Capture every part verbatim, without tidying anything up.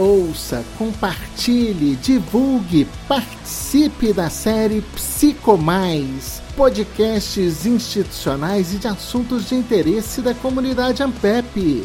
ouça, compartilhe, divulgue, participe da série Psicomais, podcasts institucionais e de assuntos de interesse da comunidade Ampep.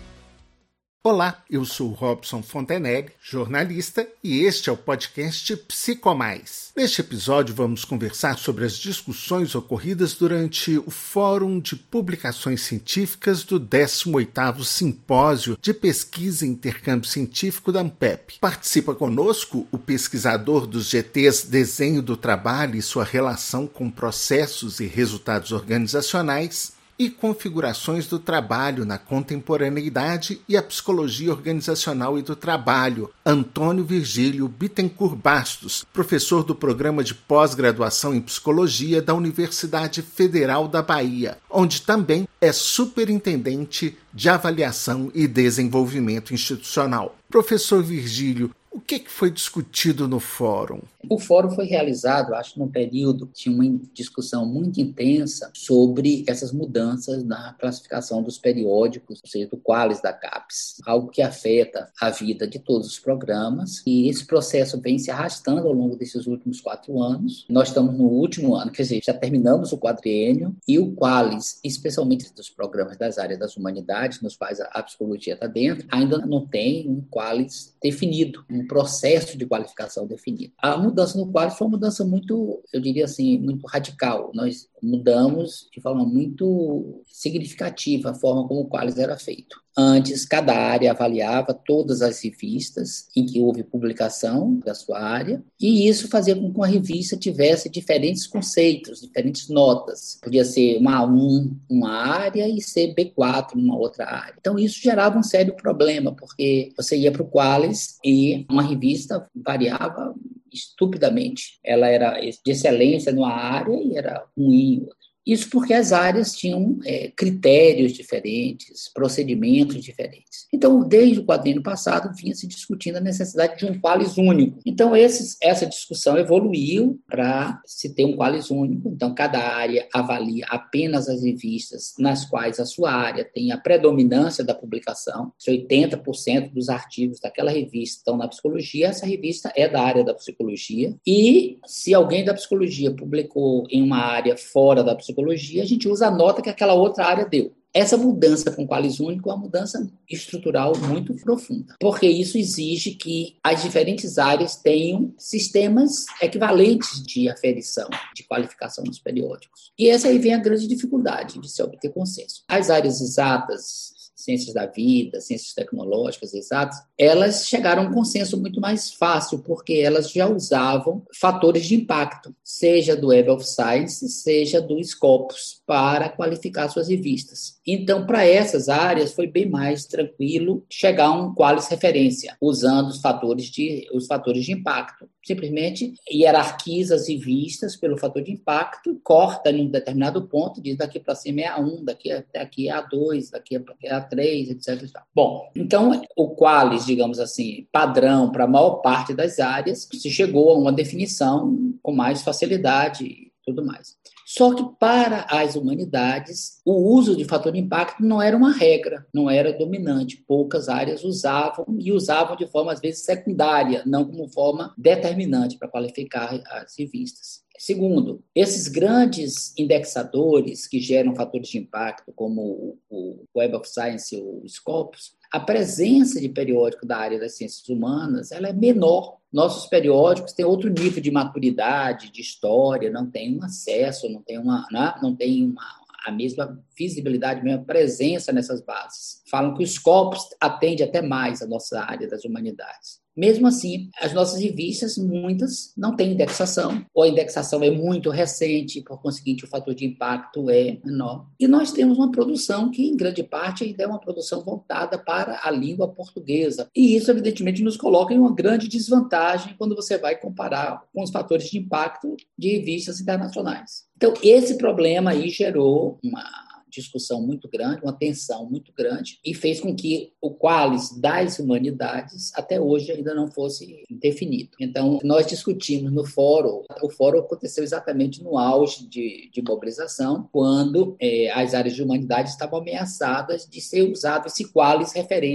Olá, eu sou Robson Fontenelle, jornalista, e este é o podcast Psicomais. Neste episódio vamos conversar sobre as discussões ocorridas durante o Fórum de Publicações Científicas do décimo oitavo Simpósio de Pesquisa e Intercâmbio Científico da Ampep. Participa conosco o pesquisador dos G Tês Desenho do Trabalho e sua relação com processos e resultados organizacionais, e configurações do trabalho na contemporaneidade e a psicologia organizacional e do trabalho, Antônio Virgílio Bittencourt Bastos, professor do programa de pós-graduação em psicologia da Universidade Federal da Bahia, onde também é superintendente de avaliação e desenvolvimento institucional. Professor Virgílio, o que foi discutido no fórum? O fórum foi realizado, acho, num período de uma discussão muito intensa sobre essas mudanças na classificação dos periódicos, ou seja, do Qualis da CAPES, algo que afeta a vida de todos os programas, e esse processo vem se arrastando ao longo desses últimos quatro anos. Nós estamos no último ano, quer dizer, já terminamos o quadriênio, e o Qualis, especialmente dos programas das áreas das humanidades, nos quais a psicologia está dentro, ainda não tem um Qualis definido, um processo de qualificação definido. A mudança no Qualis foi uma mudança muito, eu diria assim, muito radical. Nós mudamos de forma muito significativa a forma como o Qualis era feito. Antes, cada área avaliava todas as revistas em que houve publicação da sua área, e isso fazia com que uma revista tivesse diferentes conceitos, diferentes notas. Podia ser uma A um, uma área, e ser B quatro, uma outra área. Então, isso gerava um sério problema, porque você ia para o Qualis e uma revista variava estupidamente. Ela era de excelência numa área e era ruim em outra. Isso porque as áreas tinham é, critérios diferentes, procedimentos diferentes. Então, desde o quadriênio passado, vinha se discutindo a necessidade de um Qualis único. Então, esses, essa discussão evoluiu para se ter um Qualis único. Então, cada área avalia apenas as revistas nas quais a sua área tem a predominância da publicação. Se oitenta por cento dos artigos daquela revista estão na psicologia, essa revista é da área da psicologia. E se alguém da psicologia publicou em uma área fora da psicologia, a gente usa a nota que aquela outra área deu. Essa mudança com Qualis único é uma mudança estrutural muito profunda, porque isso exige que as diferentes áreas tenham sistemas equivalentes de aferição, de qualificação dos periódicos. E essa aí vem a grande dificuldade de se obter consenso. As áreas exatas, ciências da vida, ciências tecnológicas exatas, elas chegaram a um consenso muito mais fácil, porque elas já usavam fatores de impacto, seja do Web of Science, seja do Scopus, para qualificar suas revistas. Então, para essas áreas, foi bem mais tranquilo chegar a um Qualis referência, usando os fatores de, os fatores de impacto. Simplesmente hierarquiza as revistas pelo fator de impacto, corta em um determinado ponto, diz daqui para cima é A um, daqui até aqui é A dois, daqui é A três, etcétera. Bom, então o Qualis, digamos assim, padrão para a maior parte das áreas, se chegou a uma definição com mais facilidade e tudo mais. Só que para as humanidades, o uso de fator de impacto não era uma regra, não era dominante. Poucas áreas usavam e usavam de forma, às vezes, secundária, não como forma determinante para qualificar as revistas. Segundo, esses grandes indexadores que geram fatores de impacto, como o Web of Science e o Scopus, a presença de periódico da área das ciências humanas ela é menor. Nossos periódicos têm outro nível de maturidade, de história, não tem um acesso, não tem uma, né? não tem uma, a mesma visibilidade, a mesma presença nessas bases. Falam que o Scopus atende até mais a nossa área das humanidades. Mesmo assim, as nossas revistas, muitas, não têm indexação, ou a indexação é muito recente, por conseguinte, o fator de impacto é menor. E nós temos uma produção que, em grande parte, ainda é uma produção voltada para a língua portuguesa. E isso, evidentemente, nos coloca em uma grande desvantagem quando você vai comparar com os fatores de impacto de revistas internacionais. Então, esse problema aí gerou uma discussão muito grande, uma tensão muito grande, e fez com que o Qualis das humanidades até hoje ainda não fosse definido. Então, nós discutimos no fórum, o fórum aconteceu exatamente no auge de, de mobilização, quando é, as áreas de humanidades estavam ameaçadas de ser usado esse Qualis referência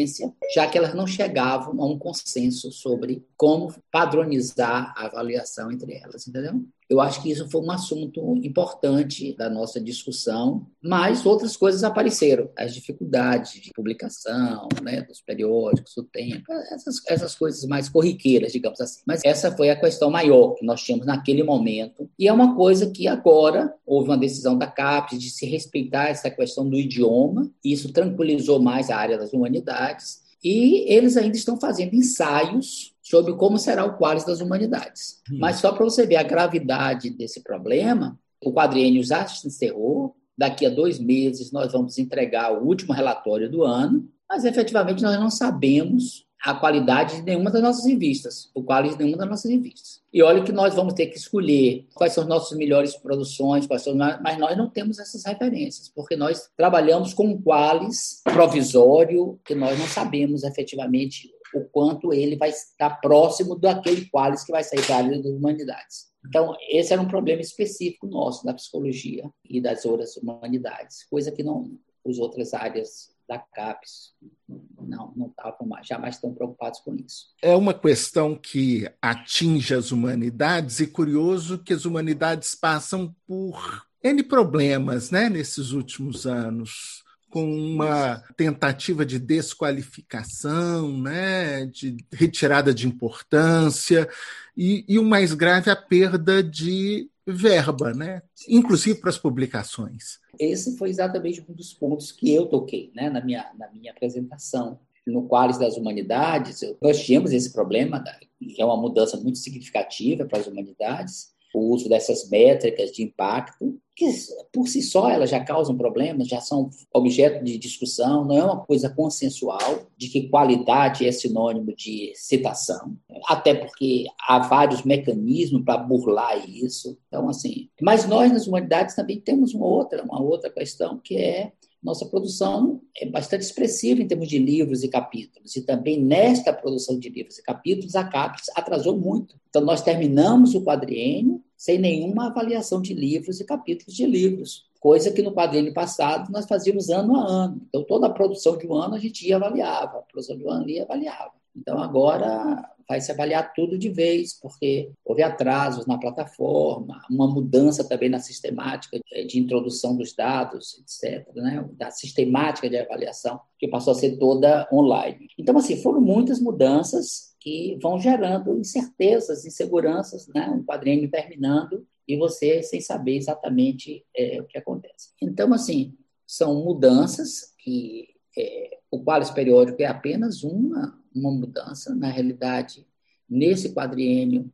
já que elas não chegavam a um consenso sobre como padronizar a avaliação entre elas, entendeu? Eu acho que isso foi um assunto importante da nossa discussão, mas outras coisas apareceram, as dificuldades de publicação, né, dos periódicos, o tempo, essas, essas coisas mais corriqueiras, digamos assim. Mas essa foi a questão maior que nós tínhamos naquele momento, e é uma coisa que agora houve uma decisão da CAPES de se respeitar essa questão do idioma, e isso tranquilizou mais a área das humanidades, e eles ainda estão fazendo ensaios sobre como será o Qualis das Humanidades. Hum. Mas só para você ver a gravidade desse problema, o quadriênio já se encerrou, daqui a dois meses nós vamos entregar o último relatório do ano, mas efetivamente nós não sabemos a qualidade de nenhuma das nossas revistas, o Qualis de nenhuma das nossas revistas. E olha que nós vamos ter que escolher quais são as nossas melhores produções, quais são, mas nós não temos essas referências, porque nós trabalhamos com um Qualis provisório que nós não sabemos efetivamente o quanto ele vai estar próximo daquele Qualis que vai sair para a área das humanidades. Então, esse era um problema específico nosso, da psicologia e das outras humanidades, coisa que não, as outras áreas da CAPES não, não estavam mais, jamais estão preocupados com isso. É uma questão que atinge as humanidades, e curioso que as humanidades passam por N problemas, né, nesses últimos anos, com uma tentativa de desqualificação, né, de retirada de importância, e, e o mais grave, a perda de verba, né, inclusive para as publicações. Esse foi exatamente um dos pontos que eu toquei, né, na, minha, na minha apresentação. No Qualis das Humanidades, nós tínhamos esse problema, que é uma mudança muito significativa para as humanidades, o uso dessas métricas de impacto, que por si só elas já causam problemas, já são objeto de discussão, não é uma coisa consensual de que qualidade é sinônimo de citação, até porque há vários mecanismos para burlar isso. Então, assim, mas nós nas humanidades também temos uma outra, uma outra questão, que é nossa produção é bastante expressiva em termos de livros e capítulos, e também nesta produção de livros e capítulos a CAPES atrasou muito. Então, nós terminamos o quadriênio sem nenhuma avaliação de livros e capítulos de livros, coisa que no quadriênio passado nós fazíamos ano a ano. Então, toda a produção de um ano a gente ia avaliava, a produção de um ano ia avaliava. Então, agora vai se avaliar tudo de vez, porque houve atrasos na plataforma, uma mudança também na sistemática de introdução dos dados, etcétera, né? Da sistemática de avaliação, que passou a ser toda online. Então, assim, foram muitas mudanças que vão gerando incertezas, inseguranças, né? Um quadriênio terminando e você sem saber exatamente é, o que acontece. Então, assim, são mudanças que é, o Qualis periódico é apenas uma uma mudança. Na realidade, nesse quadriênio,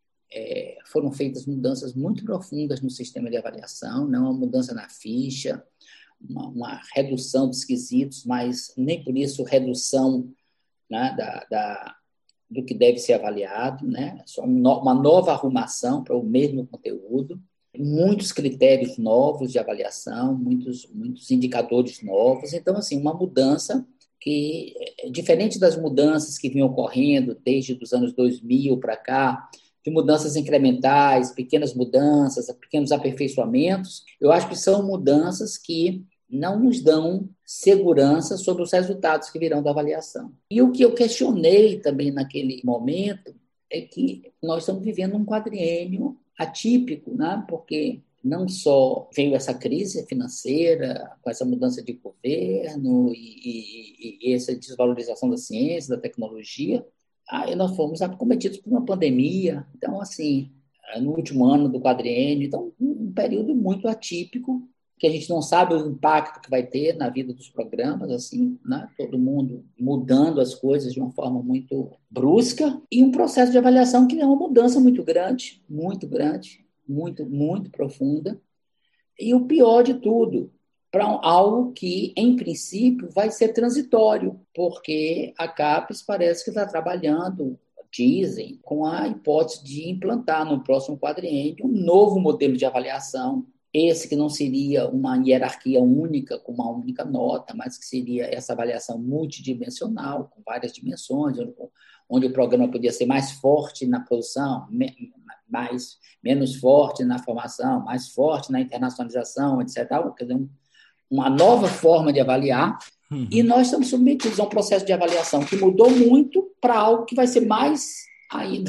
é, foram feitas mudanças muito profundas no sistema de avaliação, não uma mudança na ficha, uma, uma redução dos quesitos, mas nem por isso redução, né, da, da, do que deve ser avaliado, né? Só uma nova arrumação para o mesmo conteúdo, muitos critérios novos de avaliação, muitos, muitos indicadores novos. Então, assim, uma mudança que, diferente das mudanças que vinham ocorrendo desde os anos dois mil para cá, de mudanças incrementais, pequenas mudanças, pequenos aperfeiçoamentos, eu acho que são mudanças que não nos dão segurança sobre os resultados que virão da avaliação. E o que eu questionei também naquele momento é que nós estamos vivendo um quadriênio atípico, né? Porque não só veio essa crise financeira, com essa mudança de governo e, e, e essa desvalorização da ciência, da tecnologia, aí nós fomos acometidos por uma pandemia. Então, assim, no último ano do quadriênio, então, um período muito atípico, que a gente não sabe o impacto que vai ter na vida dos programas, assim, né? Todo mundo mudando as coisas de uma forma muito brusca, e um processo de avaliação que é uma mudança muito grande, muito grande, muito, muito profunda, e o pior de tudo, para algo que, em princípio, vai ser transitório, porque a CAPES parece que está trabalhando, dizem, com a hipótese de implantar no próximo quadriênio um novo modelo de avaliação, esse que não seria uma hierarquia única, com uma única nota, mas que seria essa avaliação multidimensional, com várias dimensões, onde, onde o programa podia ser mais forte na produção, mais, menos forte na formação, mais forte na internacionalização, etcétera. Quer dizer, uma nova forma de avaliar, Uhum. E nós estamos submetidos a um processo de avaliação que mudou muito para algo que vai ser mais ainda...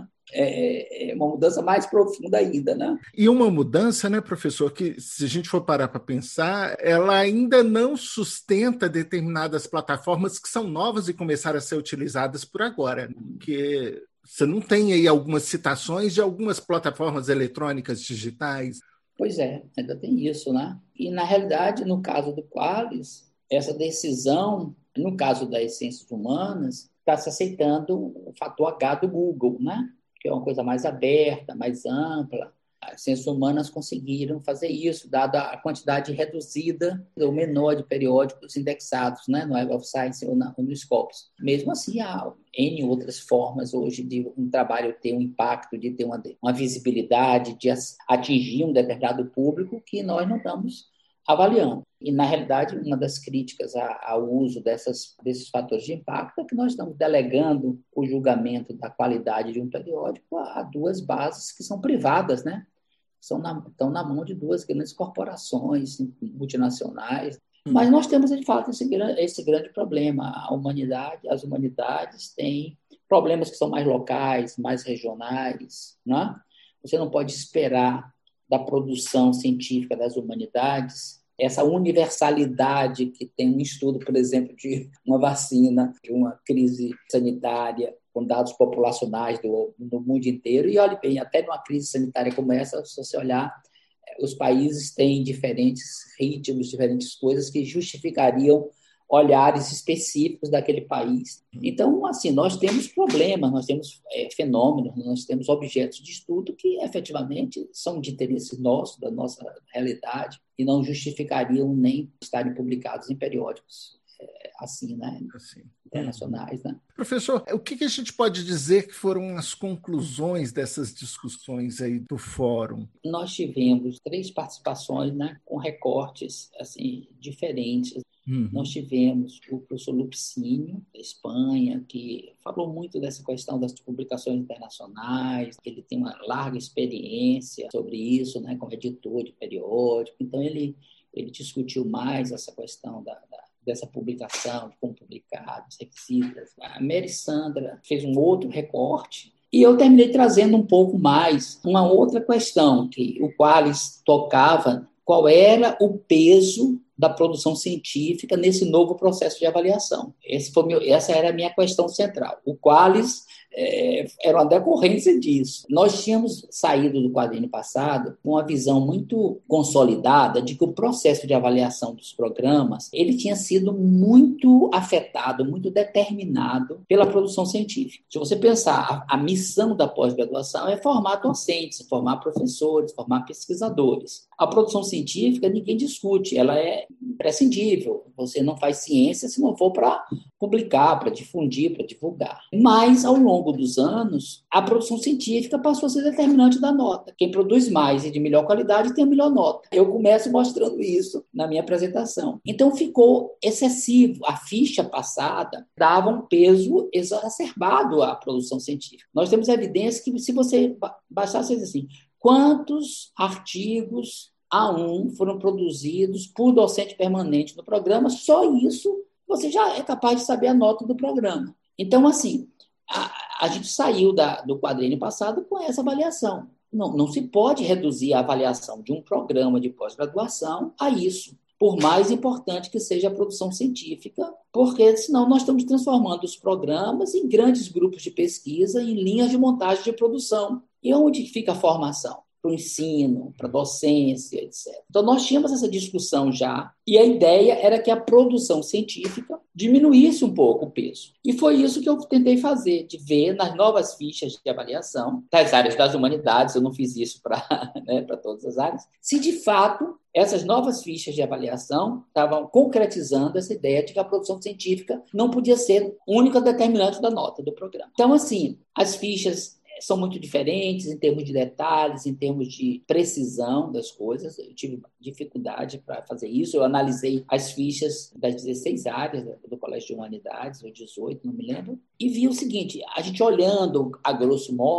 É uma mudança mais profunda ainda, né? E uma mudança, né, professor, que se a gente for parar para pensar, ela ainda não sustenta determinadas plataformas que são novas e começaram a ser utilizadas por agora, né? Porque você não tem aí algumas citações de algumas plataformas eletrônicas digitais? Pois é, ainda tem isso, né? E, na realidade, no caso do Qualis, essa decisão, no caso das ciências humanas, está se aceitando o fator H do Google, né? Que é uma coisa mais aberta, mais ampla. As ciências humanas conseguiram fazer isso, dada a quantidade reduzida ou menor de periódicos indexados, né, no Web of Science ou, na, ou no Scopus. Mesmo assim, há N outras formas hoje de um trabalho ter um impacto, de ter uma, uma visibilidade, de atingir um determinado público que nós não estamos avaliando. E, na realidade, uma das críticas ao uso dessas, desses fatores de impacto é que nós estamos delegando o julgamento da qualidade de um periódico a, a duas bases que são privadas, né? São na, estão na mão de duas grandes corporações multinacionais. Mas nós temos, de fato, esse, esse grande problema. A humanidade, as humanidades têm problemas que são mais locais, mais regionais, né? Você não pode esperar da produção científica das humanidades essa universalidade que tem um estudo, por exemplo, de uma vacina, de uma crise sanitária, com dados populacionais do, do mundo inteiro. E, olhe bem, até numa crise sanitária como essa, se você olhar, os países têm diferentes ritmos, diferentes coisas que justificariam olhares específicos daquele país. Então, assim, nós temos problemas, nós temos é, fenômenos, nós temos objetos de estudo que, efetivamente, são de interesse nosso, da nossa realidade, e não justificariam nem estarem publicados em periódicos é, assim, né? Assim. Internacionais, né? Professor, o que a gente pode dizer que foram as conclusões dessas discussões aí do fórum? Nós tivemos três participações, né, com recortes assim, diferentes. Uhum. Nós tivemos o professor Lupicínio, da Espanha, que falou muito dessa questão das publicações internacionais, ele tem uma larga experiência sobre isso, né, como editor de periódico. Então, ele, ele discutiu mais essa questão da, da dessa publicação, de como publicar, dos requisitos. A Mary Sandra fez um outro recorte e eu terminei trazendo um pouco mais uma outra questão, que o Qualis tocava, qual era o peso da produção científica nesse novo processo de avaliação. Esse foi meu, essa era a minha questão central. O Qualis é, era uma decorrência disso. Nós tínhamos saído do quadrinho passado com uma visão muito consolidada de que o processo de avaliação dos programas ele tinha sido muito afetado, muito determinado pela produção científica. Se você pensar, a, a missão da pós-graduação é formar docentes, formar professores, formar pesquisadores. A produção científica ninguém discute, ela é imprescindível. Você não faz ciência se não for para publicar, para difundir, para divulgar. Mas, ao longo dos anos, a produção científica passou a ser determinante da nota. Quem produz mais e de melhor qualidade tem a melhor nota. Eu começo mostrando isso na minha apresentação. Então, ficou excessivo. A ficha passada dava um peso exacerbado à produção científica. Nós temos evidência que, se você bastasse dizer assim, quantos artigos A um foram produzidos por docente permanente no programa, só isso você já é capaz de saber a nota do programa. Então, assim, a, a gente saiu da, do quadrinho passado com essa avaliação. Não, não se pode reduzir a avaliação de um programa de pós-graduação a isso, por mais importante que seja a produção científica, porque senão nós estamos transformando os programas em grandes grupos de pesquisa, em linhas de montagem de produção. E onde fica a formação? Para o ensino, para a docência, etcétera. Então, nós tínhamos essa discussão já, e a ideia era que a produção científica diminuísse um pouco o peso. E foi isso que eu tentei fazer, de ver nas novas fichas de avaliação das áreas das humanidades, eu não fiz isso para, né, para todas as áreas, se de fato essas novas fichas de avaliação estavam concretizando essa ideia de que a produção científica não podia ser única determinante da nota do programa. Então, assim, as fichas são muito diferentes em termos de detalhes, em termos de precisão das coisas. Eu tive dificuldade para fazer isso. Eu analisei as fichas das dezesseis áreas do Colégio de Humanidades, ou dezoito, não me lembro, e vi o seguinte, a gente olhando, a grosso modo,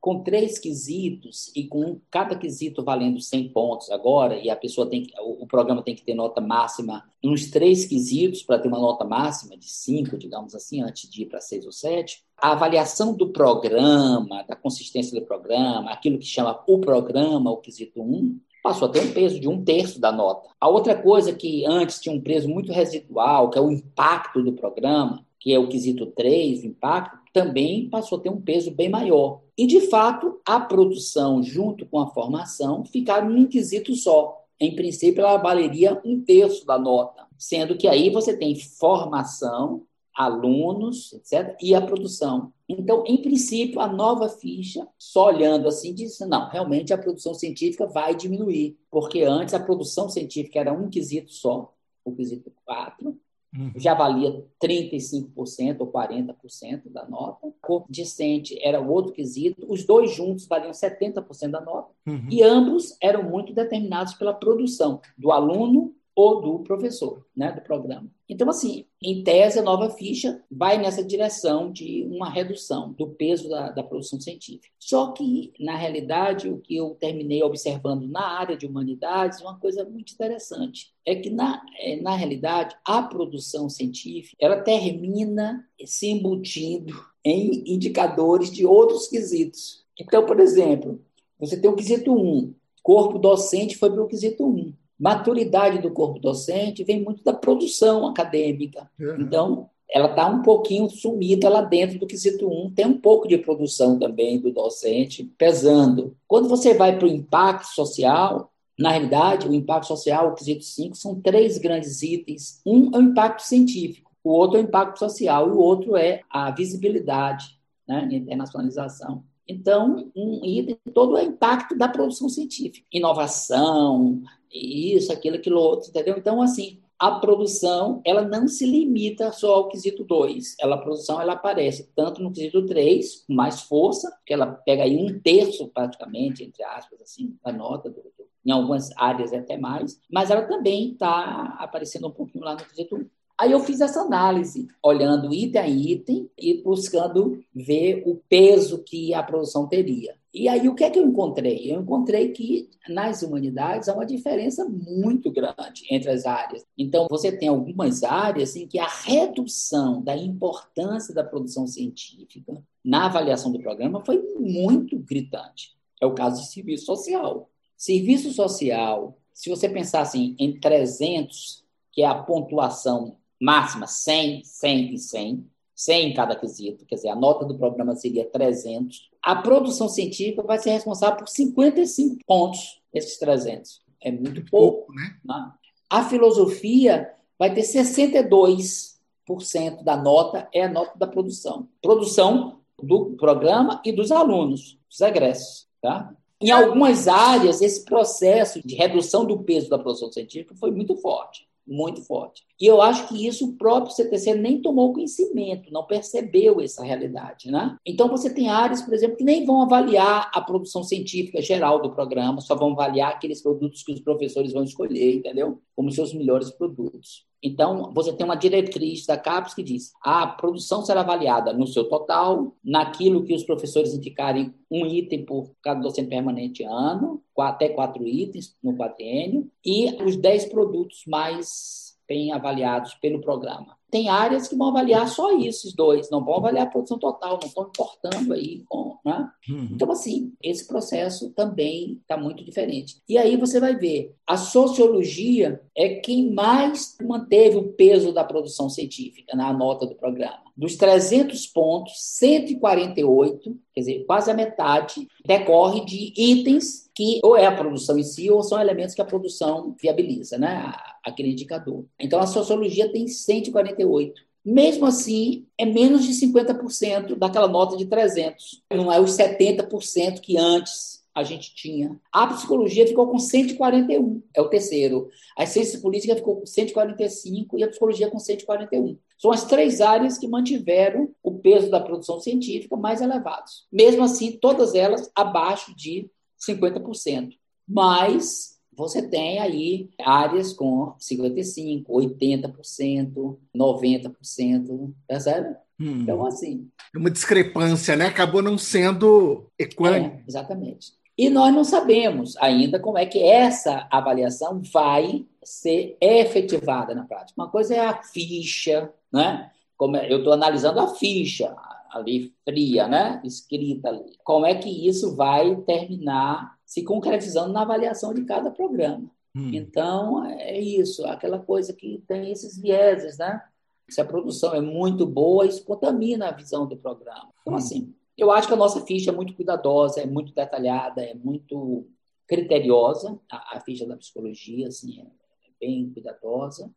com três quesitos e com cada quesito valendo cem pontos agora, e a pessoa tem que, o, o programa tem que ter nota máxima nos três quesitos para ter uma nota máxima de cinco, digamos assim, antes de ir para seis ou sete, a avaliação do programa, da consistência do programa, aquilo que chama o programa, o quesito um, passou a ter um peso de um terço da nota. A outra coisa que antes tinha um peso muito residual, que é o impacto do programa, que é o quesito três, o impacto, também passou a ter um peso bem maior. E, de fato, a produção, junto com a formação, ficaram num quesito só. Em princípio, ela valeria um terço da nota, sendo que aí você tem formação, alunos, etcétera, e a produção. Então, em princípio, a nova ficha, só olhando assim, diz, não, realmente a produção científica vai diminuir, porque antes a produção científica era um quesito só, o quesito quatro, uhum. Já valia trinta e cinco por cento ou quarenta por cento da nota. Corpo discente era o outro quesito. Os dois juntos valiam setenta por cento da nota. Uhum. E ambos eram muito determinados pela produção do aluno ou do professor, né, do programa. Então, assim, em tese, a nova ficha vai nessa direção de uma redução do peso da, da produção científica. Só que, na realidade, o que eu terminei observando na área de humanidades, uma coisa muito interessante, é que, na, na realidade, a produção científica, ela termina se embutindo em indicadores de outros quesitos. Então, por exemplo, você tem o quesito um, corpo docente foi para o quesito um. Maturidade do corpo docente vem muito da produção acadêmica. Uhum. Então, ela está um pouquinho sumida lá dentro do quesito um. Tem um pouco de produção também do docente pesando. Quando você vai para o impacto social, na realidade, o impacto social, o quesito cinco, são três grandes itens. Um é o impacto científico, o outro é o impacto social e o outro é a visibilidade, né, a internacionalização. Então, um item todo é o impacto da produção científica. Inovação, isso, aquilo, aquilo outro, entendeu? Então, assim, a produção, ela não se limita só ao quesito dois. Ela, a produção, ela aparece tanto no quesito três, com mais força, que ela pega aí um terço, praticamente, entre aspas, assim, da nota, do, do, em algumas áreas até mais, mas ela também está aparecendo um pouquinho lá no quesito um. Aí eu fiz essa análise, olhando item a item e buscando ver o peso que a produção teria. E aí o que é que eu encontrei? Eu encontrei que nas humanidades há uma diferença muito grande entre as áreas. Então, você tem algumas áreas em que a redução da importância da produção científica na avaliação do programa foi muito gritante. É o caso de serviço social. Serviço social, se você pensar assim, em trezentos, que é a pontuação máxima, cem, cem e cem, cem em cada quesito, quer dizer, a nota do programa seria trezentos. A produção científica vai ser responsável por cinquenta e cinco pontos, esses trezentos. É muito pouco, né? Né? A filosofia vai ter sessenta e dois por cento da nota, é a nota da produção. Produção do programa e dos alunos, dos egressos, tá? Em algumas áreas, esse processo de redução do peso da produção científica foi muito forte. Muito forte. E eu acho que isso o próprio C T C nem tomou conhecimento, não percebeu essa realidade, né? Então, você tem áreas, por exemplo, que nem vão avaliar a produção científica geral do programa, só vão avaliar aqueles produtos que os professores vão escolher, entendeu? Como seus melhores produtos. Então, você tem uma diretriz da CAPES que diz a produção será avaliada no seu total, naquilo que os professores indicarem um item por cada docente permanente ano, até quatro itens no quadriênio, e os dez produtos mais bem avaliados pelo programa. Tem áreas que vão avaliar só esses dois, não vão avaliar a produção total, não estão importando aí. Com, né? Uhum. Então, assim, esse processo também está muito diferente. E aí você vai ver, a sociologia é quem mais manteve o peso da produção científica na nota do programa. Dos trezentos pontos, cento e quarenta e oito, quer dizer, quase a metade, decorre de itens que ou é a produção em si ou são elementos que a produção viabiliza, né? Aquele indicador. Então, a sociologia tem cento e quarenta e oito. Mesmo assim, é menos de cinquenta por cento daquela nota de trezentos. Não é os setenta por cento que antes a gente tinha. A psicologia ficou com cento e quarenta e um, é o terceiro. A ciência política ficou com cento e quarenta e cinco e a psicologia com cento e quarenta e um. São as três áreas que mantiveram o peso da produção científica mais elevados. Mesmo assim, todas elas abaixo de cinquenta por cento. Mas você tem aí áreas com cinquenta e cinco por cento, oitenta por cento, noventa por cento, percebe? Hum. Então, assim... Uma discrepância, né? Acabou não sendo equânime. É, exatamente. E nós não sabemos ainda como é que essa avaliação vai ser efetivada na prática. Uma coisa é a ficha, né? Como eu estou analisando a ficha ali fria, né? Escrita ali. Como é que isso vai terminar se concretizando na avaliação de cada programa? Hum. Então, é isso, aquela coisa que tem esses vieses, né? Se a produção é muito boa, isso contamina a visão do programa. Então, assim, eu acho que a nossa ficha é muito cuidadosa, é muito detalhada, é muito criteriosa. A, a ficha da psicologia, assim, é, é bem cuidadosa.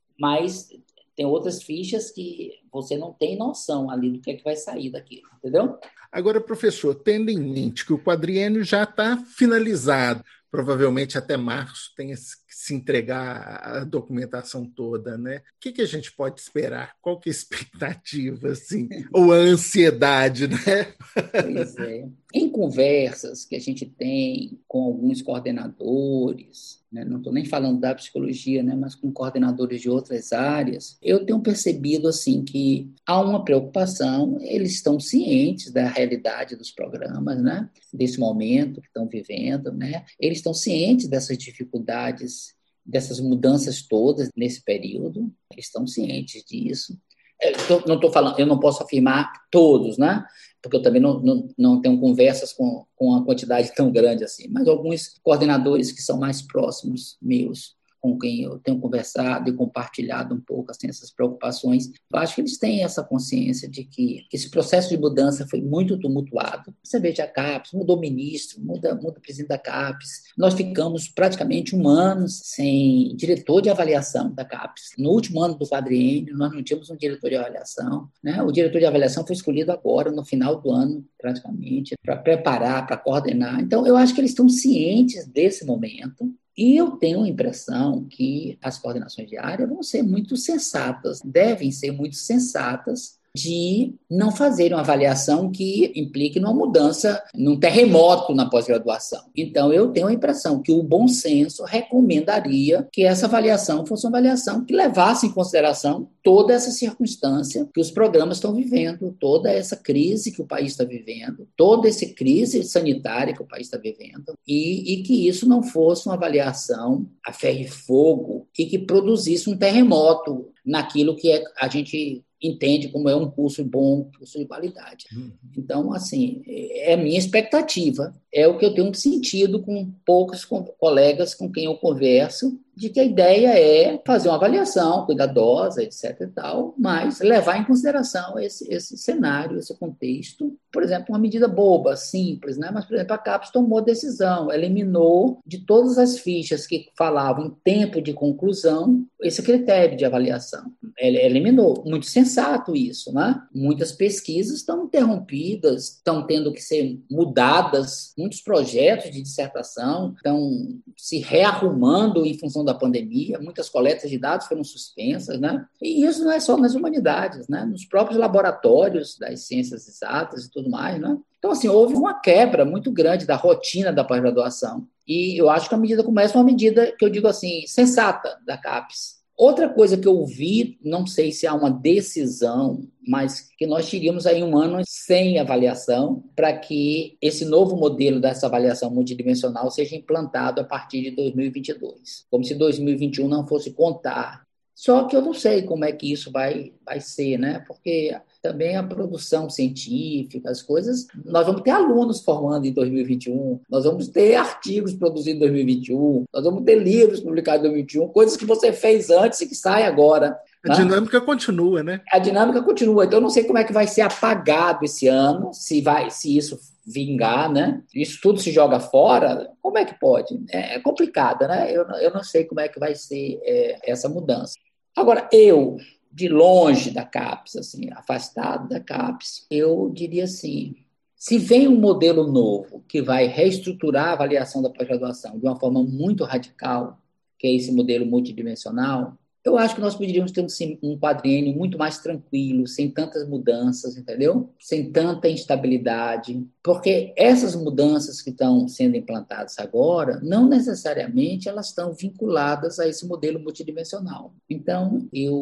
Mas tem outras fichas que você não tem noção ali do que é que vai sair daquilo, entendeu? Agora, professor, tendo em mente que o quadriênio já está finalizado, provavelmente até março tenha que se entregar a documentação toda, né? O que, que a gente pode esperar? Qual que é a expectativa, assim? Ou a ansiedade, né? Pois é. Em conversas que a gente tem com alguns coordenadores, né? Não estou nem falando da psicologia, né? Mas com coordenadores de outras áreas, eu tenho percebido assim que há uma preocupação, eles estão cientes da realidade dos programas, né? Desse momento que estão vivendo, né? Eles estão cientes dessas dificuldades, dessas mudanças todas nesse período, eles estão cientes disso. Eu não estou falando, eu não posso afirmar todos, né? Porque eu também não, não, não tenho conversas com, com uma quantidade tão grande assim, mas alguns coordenadores que são mais próximos meus, com quem eu tenho conversado e compartilhado um pouco assim, essas preocupações, eu acho que eles têm essa consciência de que, que esse processo de mudança foi muito tumultuado. Você veja a CAPES, mudou o ministro, muda, muda o presidente da CAPES. Nós ficamos praticamente um ano sem diretor de avaliação da CAPES. No último ano do quadriênio, nós não tínhamos um diretor de avaliação, né? O diretor de avaliação foi escolhido agora, no final do ano, praticamente, para preparar, para coordenar. Então, eu acho que eles estão cientes desse momento. E eu tenho a impressão que as coordenações de área vão ser muito sensatas, devem ser muito sensatas de não fazerem uma avaliação que implique numa mudança, num terremoto na pós-graduação. Então, eu tenho a impressão que o bom senso recomendaria que essa avaliação fosse uma avaliação que levasse em consideração toda essa circunstância que os programas estão vivendo, toda essa crise que o país está vivendo, toda essa crise sanitária que o país está vivendo, e, e que isso não fosse uma avaliação a ferro e fogo e que produzisse um terremoto naquilo que é, a gente entende como é um curso bom, curso de qualidade. Uhum. Então, assim, é a minha expectativa, é o que eu tenho sentido com poucos colegas com quem eu converso, de que a ideia é fazer uma avaliação cuidadosa, etc e tal, mas levar em consideração esse, esse cenário, esse contexto. Por exemplo, uma medida boba, simples, né? Mas, por exemplo, a CAPES tomou decisão, eliminou de todas as fichas que falavam em tempo de conclusão esse critério de avaliação. Ele eliminou. Muito sensato isso, né? Muitas pesquisas estão interrompidas, estão tendo que ser mudadas, muitos projetos de dissertação estão se rearrumando em função da pandemia, muitas coletas de dados foram suspensas, né? E isso não é só nas humanidades, né? Nos próprios laboratórios das ciências exatas e tudo mais, né? Então, assim, houve uma quebra muito grande da rotina da pós-graduação. E eu acho que a medida como essa é uma medida que eu digo assim, sensata da CAPES. Outra coisa que eu ouvi, não sei se há uma decisão, mas que nós teríamos aí um ano sem avaliação para que esse novo modelo dessa avaliação multidimensional seja implantado a partir de dois mil e vinte e dois. Como se dois mil e vinte e um não fosse contar. Só que eu não sei como é que isso vai, vai ser, né? Porque também a produção científica, as coisas... Nós vamos ter alunos formando em dois mil e vinte e um, nós vamos ter artigos produzidos em dois mil e vinte e um, nós vamos ter livros publicados em dois mil e vinte e um, coisas que você fez antes e que saem agora. A né? dinâmica continua, né? A dinâmica continua. Então, eu não sei como é que vai ser apagado esse ano, se, vai, se isso vingar, né? Isso tudo se joga fora, como é que pode? É, é complicado, né? Eu, eu não sei como é que vai ser é, essa mudança. Agora, eu, de longe da CAPES, assim, afastado da CAPES, eu diria assim, se vem um modelo novo que vai reestruturar a avaliação da pós-graduação de uma forma muito radical, que é esse modelo multidimensional, eu acho que nós poderíamos ter um, um quadriênio muito mais tranquilo, sem tantas mudanças, entendeu? Sem tanta instabilidade, porque essas mudanças que estão sendo implantadas agora, não necessariamente elas estão vinculadas a esse modelo multidimensional. Então, eu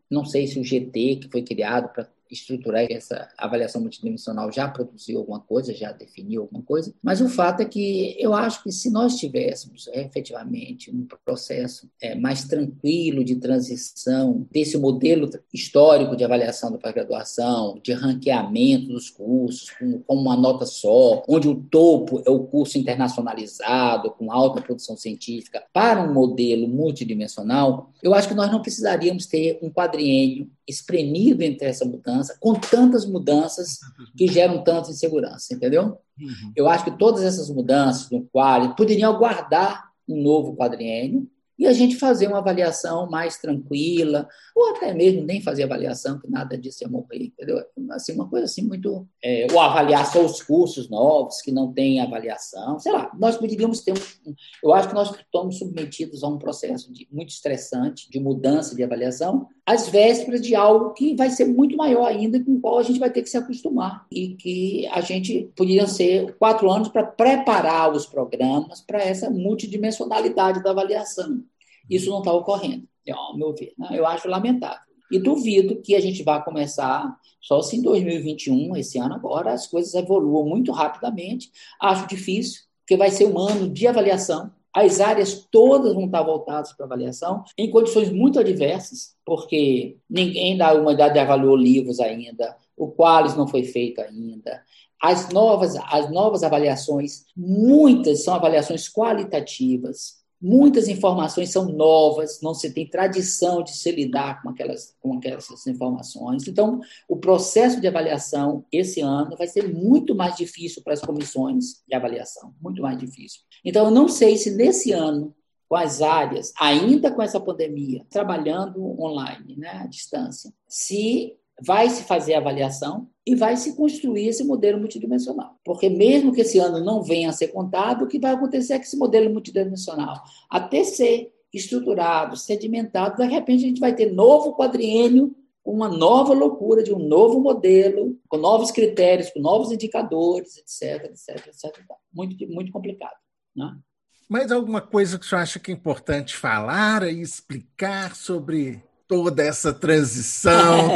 Não sei se o G T, que foi criado para estruturar essa avaliação multidimensional, já produziu alguma coisa, já definiu alguma coisa, mas o fato é que eu acho que se nós tivéssemos é, efetivamente um processo é, mais tranquilo de transição desse modelo histórico de avaliação da pós-graduação, de ranqueamento dos cursos, com, com uma nota só, onde o topo é o curso internacionalizado, com alta produção científica, para um modelo multidimensional, eu acho que nós não precisaríamos ter um quadriênio espremido entre essa mudança, com tantas mudanças que geram tanta insegurança, entendeu? Uhum. Eu acho que todas essas mudanças no quadro poderiam aguardar um novo quadriênio e a gente fazer uma avaliação mais tranquila, ou até mesmo nem fazer avaliação, que nada disso ia morrer, entendeu? Assim, uma coisa assim muito... É, ou avaliar só os cursos novos, que não têm avaliação, sei lá, nós poderíamos ter... Um, eu acho que nós estamos submetidos a um processo de, muito estressante de mudança de avaliação, às vésperas de algo que vai ser muito maior ainda, com o qual a gente vai ter que se acostumar, e que a gente poderia ser quatro anos para preparar os programas para essa multidimensionalidade da avaliação. Isso não está ocorrendo, ao meu ver, né? Eu acho lamentável. E duvido que a gente vá começar só se em dois mil e vinte e um, esse ano agora, as coisas evoluam muito rapidamente. Acho difícil, porque vai ser um ano de avaliação. As áreas todas vão estar voltadas para avaliação, em condições muito adversas, porque ninguém da humanidade avaliou livros ainda, o Qualis não foi feito ainda. As novas, as novas avaliações, muitas são avaliações qualitativas, muitas informações são novas, não se tem tradição de se lidar com aquelas, com aquelas informações. Então, o processo de avaliação esse ano vai ser muito mais difícil para as comissões de avaliação, muito mais difícil. Então, eu não sei se nesse ano, com as áreas, ainda com essa pandemia, trabalhando online, né, à distância, se vai se fazer a avaliação e vai se construir esse modelo multidimensional. Porque mesmo que esse ano não venha a ser contado, o que vai acontecer é que esse modelo multidimensional, até ser estruturado, sedimentado, de repente a gente vai ter novo quadriênio, uma nova loucura de um novo modelo, com novos critérios, com novos indicadores, etc, etc, etc. Muito, muito complicado, né? Mais alguma coisa que você acha que é importante falar e explicar sobre toda essa transição?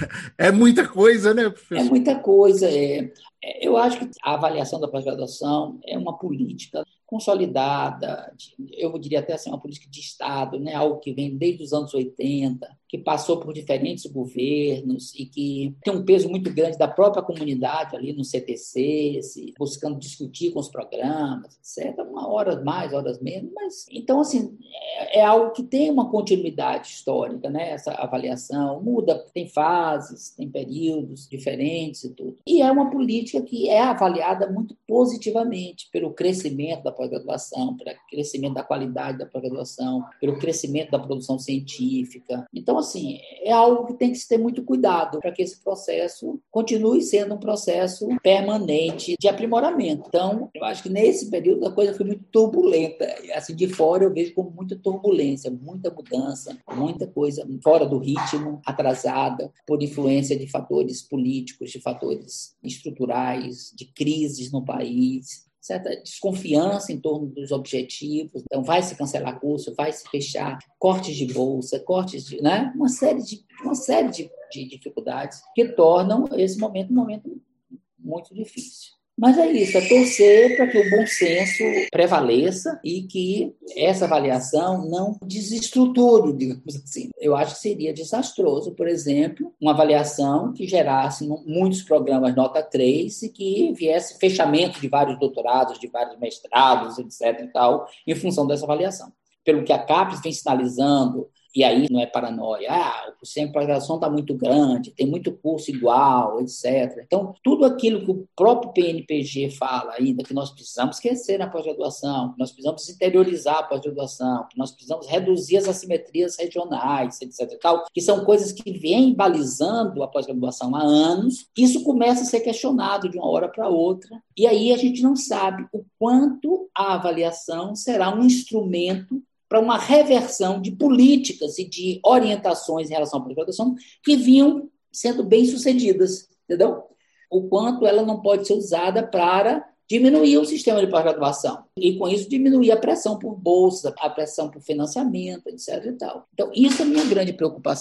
É muita coisa, né, professor? É muita coisa. É. Eu acho que a avaliação da pós-graduação é uma política consolidada, eu diria até assim, uma política de Estado, né? Algo que vem desde os anos oitenta, que passou por diferentes governos e que tem um peso muito grande da própria comunidade ali no C T C, buscando discutir com os programas, etcétera. Uma horas mais, horas menos, mas então, assim, é, é algo que tem uma continuidade histórica, né? Essa avaliação muda, tem fases, tem períodos diferentes e tudo. E é uma política que é avaliada muito positivamente pelo crescimento da pós-graduação, pelo crescimento da qualidade da pós-graduação, pelo crescimento da produção científica. Então, assim, é algo que tem que se ter muito cuidado para que esse processo continue sendo um processo permanente de aprimoramento. Então, eu acho que nesse período a coisa foi muito turbulenta. Assim, de fora eu vejo como muita turbulência, muita mudança, muita coisa fora do ritmo, atrasada, por influência de fatores políticos, de fatores estruturais, de crises no país, certa desconfiança em torno dos objetivos. Então, vai se cancelar curso, vai se fechar, cortes de bolsa, cortes de... Né? Uma série, de, uma série de, de dificuldades que tornam esse momento um momento muito difícil. Mas é isso, é torcer para que o bom senso prevaleça e que essa avaliação não desestruture, digamos assim. Eu acho que seria desastroso, por exemplo, uma avaliação que gerasse muitos programas nota três e que viesse fechamento de vários doutorados, de vários mestrados, etc. e tal, em função dessa avaliação. Pelo que a CAPES vem sinalizando, e aí não é paranoia, ah, o centro de pós-graduação está muito grande, tem muito curso igual, etcétera. Então, tudo aquilo que o próprio P N P G fala ainda, que nós precisamos esquecer na pós-graduação, que nós precisamos interiorizar a pós-graduação, que nós precisamos reduzir as assimetrias regionais, etcétera. Tal, que são coisas que vêm balizando a pós-graduação há anos, isso começa a ser questionado de uma hora para outra, e aí a gente não sabe o quanto a avaliação será um instrumento para uma reversão de políticas e de orientações em relação à pós-graduação que vinham sendo bem-sucedidas, entendeu? O quanto ela não pode ser usada para diminuir o sistema de pós-graduação e, com isso, diminuir a pressão por bolsa, a pressão por financiamento, etcétera e tal. Então, isso é a minha grande preocupação.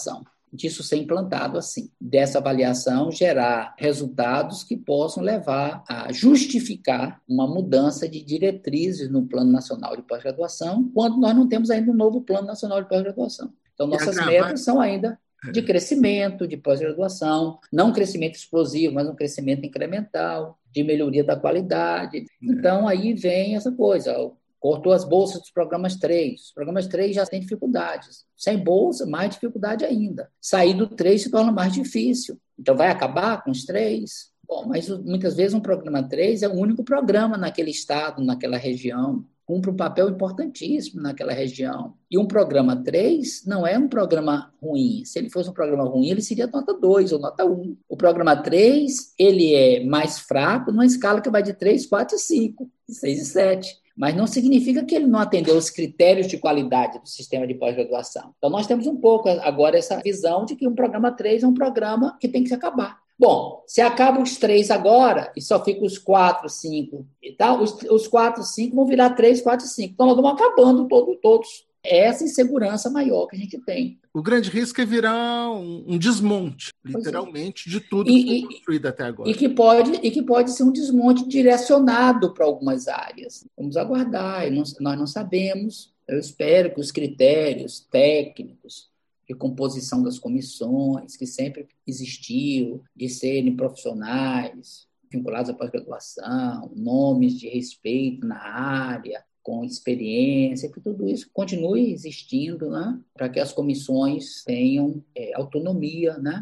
disso ser implantado assim. Dessa avaliação gerar resultados que possam levar a justificar uma mudança de diretrizes no Plano Nacional de Pós-Graduação, quando nós não temos ainda um novo Plano Nacional de Pós-Graduação. Então, nossas metas são ainda de crescimento, de pós-graduação, não um crescimento explosivo, mas um crescimento incremental, de melhoria da qualidade. Então, aí vem essa coisa, cortou as bolsas dos programas três. Os programas três já têm dificuldades. Sem bolsa, mais dificuldade ainda. Sair do três se torna mais difícil. Então, vai acabar com os três? Bom, mas muitas vezes um programa três é o único programa naquele estado, naquela região. Cumpre um papel importantíssimo naquela região. E um programa três não é um programa ruim. Se ele fosse um programa ruim, ele seria nota dois ou nota um. O programa três, ele é mais fraco numa escala que vai de três, quatro e cinco, seis e sete. Mas não significa que ele não atendeu os critérios de qualidade do sistema de pós-graduação. Então, nós temos um pouco agora essa visão de que um programa três é um programa que tem que se acabar. Bom, se acaba os três agora e só fica os quatro, cinco e tal, os, os quatro, cinco vão virar três, quatro e cinco. Então, nós vamos acabando todo, todos. É essa insegurança maior que a gente tem. O grande risco é virar um, um desmonte, literalmente, é. de tudo e, que foi e, construído até agora. E que, pode, e que pode ser um desmonte direcionado para algumas áreas. Vamos aguardar, não, nós não sabemos. Eu espero que os critérios técnicos de composição das comissões, que sempre existiu, de serem profissionais vinculados à pós-graduação, nomes de respeito na área, com experiência, que tudo isso continue existindo, né? Para que as comissões tenham é, autonomia, né?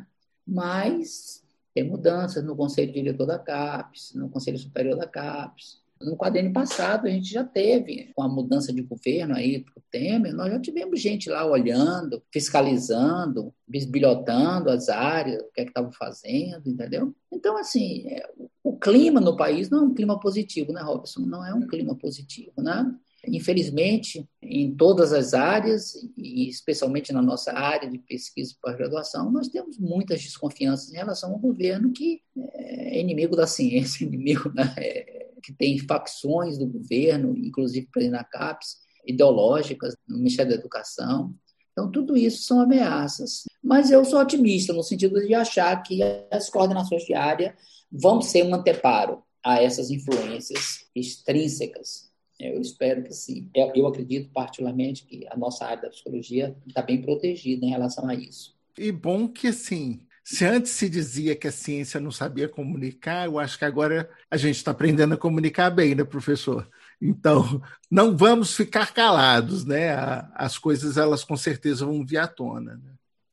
Mas tem mudanças no Conselho Diretor da CAPES, no Conselho Superior da CAPES. No quadrênio passado, a gente já teve, com a mudança de governo aí para o Temer, nós já tivemos gente lá olhando, fiscalizando, bisbilhotando as áreas, o que é que estavam fazendo, entendeu? Então, assim, é, o clima no país não é um clima positivo, né, Robson? Não é um clima positivo, né? Infelizmente, em todas as áreas, e especialmente na nossa área de pesquisa e pós-graduação, nós temos muitas desconfianças em relação ao governo que é inimigo da ciência, inimigo, né? É, que tem facções do governo, inclusive na CAPES, ideológicas, no Ministério da Educação. Então, tudo isso são ameaças. Mas eu sou otimista, no sentido de achar que as coordenações de área vão ser um anteparo a essas influências extrínsecas. Eu espero que sim. Eu acredito particularmente que a nossa área da psicologia está bem protegida em relação a isso. E bom que, assim, se antes se dizia que a ciência não sabia comunicar, eu acho que agora a gente está aprendendo a comunicar bem, né, professor? Então, não vamos ficar calados, né? As coisas, elas com certeza vão vir à tona, né?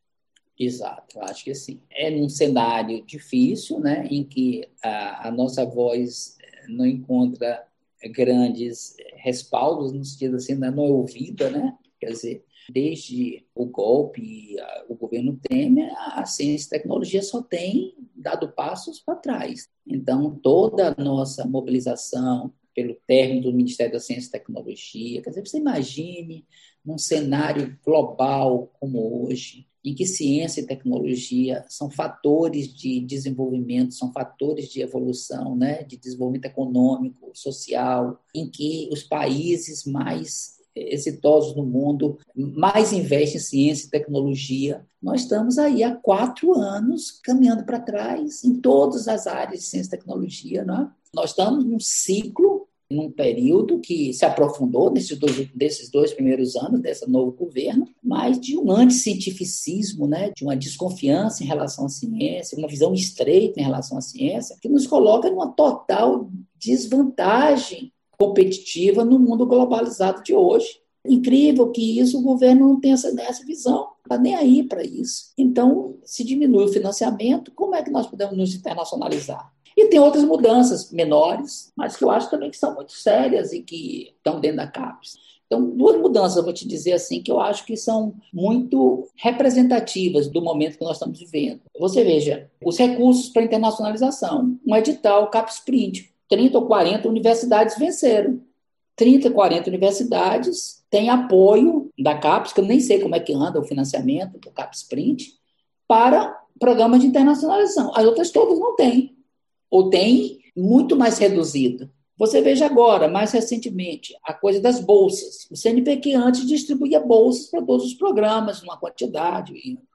Exato, acho que sim. É num cenário difícil, né, em que a, a nossa voz não encontra grandes respaldos, no sentido assim, não é ouvida, né? Quer dizer, desde o golpe, o governo Temer, a ciência e tecnologia só tem dado passos para trás. Então, toda a nossa mobilização pelo término do Ministério da Ciência e Tecnologia, quer dizer, você imagine num cenário global como hoje, em que ciência e tecnologia são fatores de desenvolvimento, são fatores de evolução, né, de desenvolvimento econômico, social, em que os países mais exitosos no mundo mais investem em ciência e tecnologia. Nós estamos aí há quatro anos caminhando para trás em todas as áreas de ciência e tecnologia, né? Nós estamos num ciclo, num período que se aprofundou nesses dois, desses dois primeiros anos desse novo governo, mas de um anticientificismo, né, de uma desconfiança em relação à ciência, uma visão estreita em relação à ciência, que nos coloca numa total desvantagem competitiva no mundo globalizado de hoje. Incrível que isso, o governo não tem essa, essa visão, não está nem aí para isso. Então, se diminui o financiamento, como é que nós podemos nos internacionalizar? E tem outras mudanças menores, mas que eu acho também que são muito sérias e que estão dentro da CAPES. Então, duas mudanças, eu vou te dizer assim, que eu acho que são muito representativas do momento que nós estamos vivendo. Você veja, os recursos para internacionalização, um edital CAPES Print, trinta ou quarenta universidades venceram. trinta, quarenta universidades têm apoio da CAPES, que eu nem sei como é que anda o financiamento do CAPES Print, para programas de internacionalização. As outras todas não têm. Ou tem muito mais reduzido. Você veja agora, mais recentemente, a coisa das bolsas. O C N Pq antes distribuía bolsas para todos os programas, numa quantidade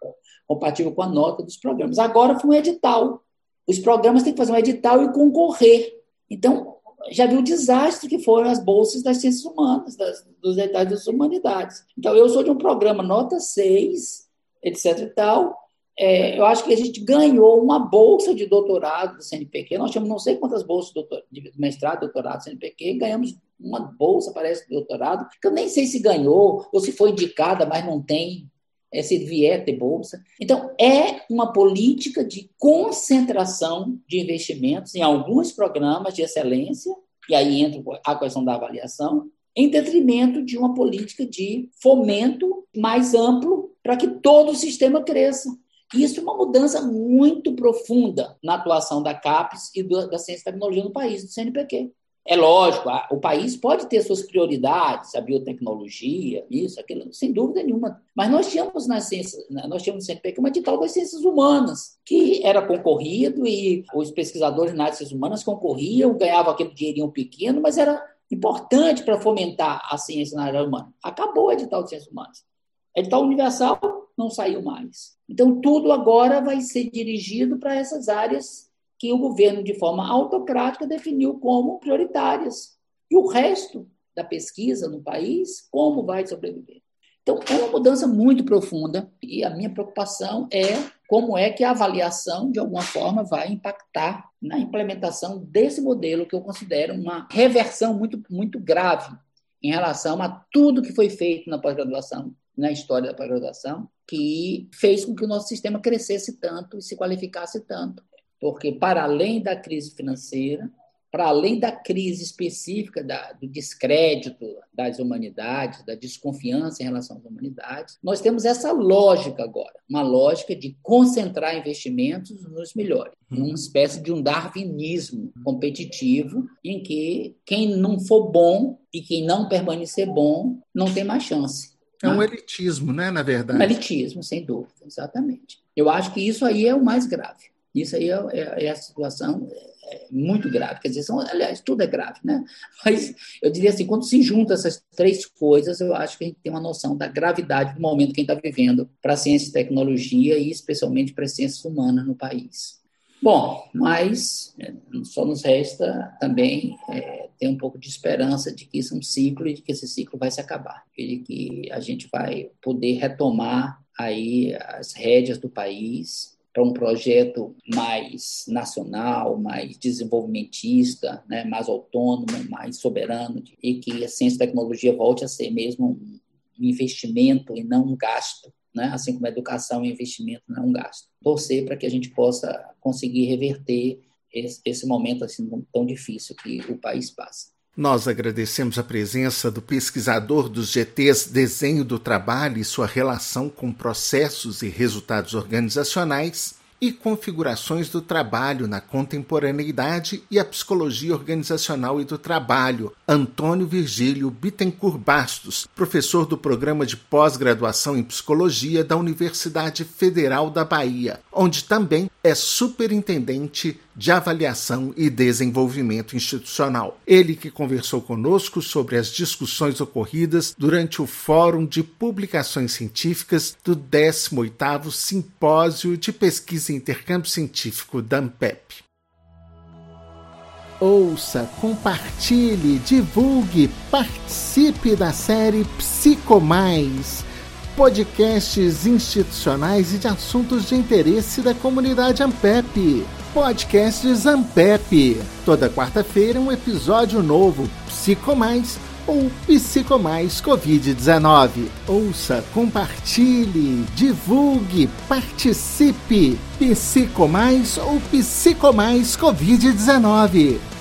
compatível com a nota dos programas. Agora foi um edital. Os programas têm que fazer um edital e concorrer. Então, já viu o desastre que foram as bolsas das ciências humanas, das, dos editais das humanidades. Então, eu sou de um programa nota seis, etc e tal. É, eu acho que a gente ganhou uma bolsa de doutorado do C N Pq. Nós tínhamos não sei quantas bolsas de mestrado, doutorado do C N Pq, ganhamos uma bolsa, parece, de doutorado, que eu nem sei se ganhou ou se foi indicada, mas não tem, é, se vier ter bolsa. Então, é uma política de concentração de investimentos em alguns programas de excelência, e aí entra a questão da avaliação, em detrimento de uma política de fomento mais amplo para que todo o sistema cresça. Isso é uma mudança muito profunda na atuação da CAPES e do, da ciência e tecnologia no país, do C N Pq. É lógico, a, o país pode ter suas prioridades, a biotecnologia, isso, aquilo, sem dúvida nenhuma. Mas nós tínhamos na ciência, nós tínhamos no C N Pq uma edital das ciências humanas, que era concorrido e os pesquisadores na área de ciências humanas concorriam, ganhavam aquele dinheirinho pequeno, mas era importante para fomentar a ciência na área humana. Acabou o edital de ciências humanas. Edital universal não saiu mais. Então, tudo agora vai ser dirigido para essas áreas que o governo, de forma autocrática, definiu como prioritárias. E o resto da pesquisa no país, como vai sobreviver? Então, é uma mudança muito profunda e a minha preocupação é como é que a avaliação, de alguma forma, vai impactar na implementação desse modelo que eu considero uma reversão muito, muito grave em relação a tudo que foi feito na pós-graduação, na história da pós-graduação, que fez com que o nosso sistema crescesse tanto e se qualificasse tanto. Porque, para além da crise financeira, para além da crise específica da, do descrédito das humanidades, da desconfiança em relação às humanidades, nós temos essa lógica agora, uma lógica de concentrar investimentos nos melhores, uma espécie de um darwinismo competitivo em que quem não for bom e quem não permanecer bom não tem mais chance. É um elitismo, né, na verdade? Um elitismo, sem dúvida, exatamente. Eu acho que isso aí é o mais grave. Isso aí é, é, é a situação é, muito grave. Quer dizer, são, aliás, tudo é grave, né? Mas eu diria assim, quando se juntam essas três coisas, eu acho que a gente tem uma noção da gravidade do momento que a gente está vivendo para a ciência e tecnologia e especialmente para as ciências humanas no país. Bom, mas só nos resta também é, ter um pouco de esperança de que isso é um ciclo e de que esse ciclo vai se acabar. E de que a gente vai poder retomar aí as rédeas do país para um projeto mais nacional, mais desenvolvimentista, né, mais autônomo, mais soberano, e que a ciência e tecnologia volte a ser mesmo um investimento e não um gasto, né, assim como a educação e investimento não é um gasto. Torcer para que a gente possa conseguir reverter esse, esse momento assim, tão difícil que o país passa. Nós agradecemos a presença do pesquisador dos G Tês Desenho do Trabalho e sua relação com processos e resultados organizacionais e configurações do trabalho na contemporaneidade e a psicologia organizacional e do trabalho, Antônio Virgílio Bittencourt Bastos, professor do programa de pós-graduação em psicologia da Universidade Federal da Bahia, onde também é superintendente de avaliação e desenvolvimento institucional. Ele que conversou conosco sobre as discussões ocorridas durante o Fórum de Publicações Científicas do décimo oitavo Simpósio de Pesquisa e Intercâmbio Científico da ANPEP. Ouça, compartilhe, divulgue, participe da série Psicomais, podcasts institucionais e de assuntos de interesse da comunidade ANPEP. Podcasts ANPEP. Toda quarta-feira um episódio novo, Psicomais ou Psicomais covid dezenove. Ouça, compartilhe, divulgue, participe. Psicomais ou Psicomais covid dezenove.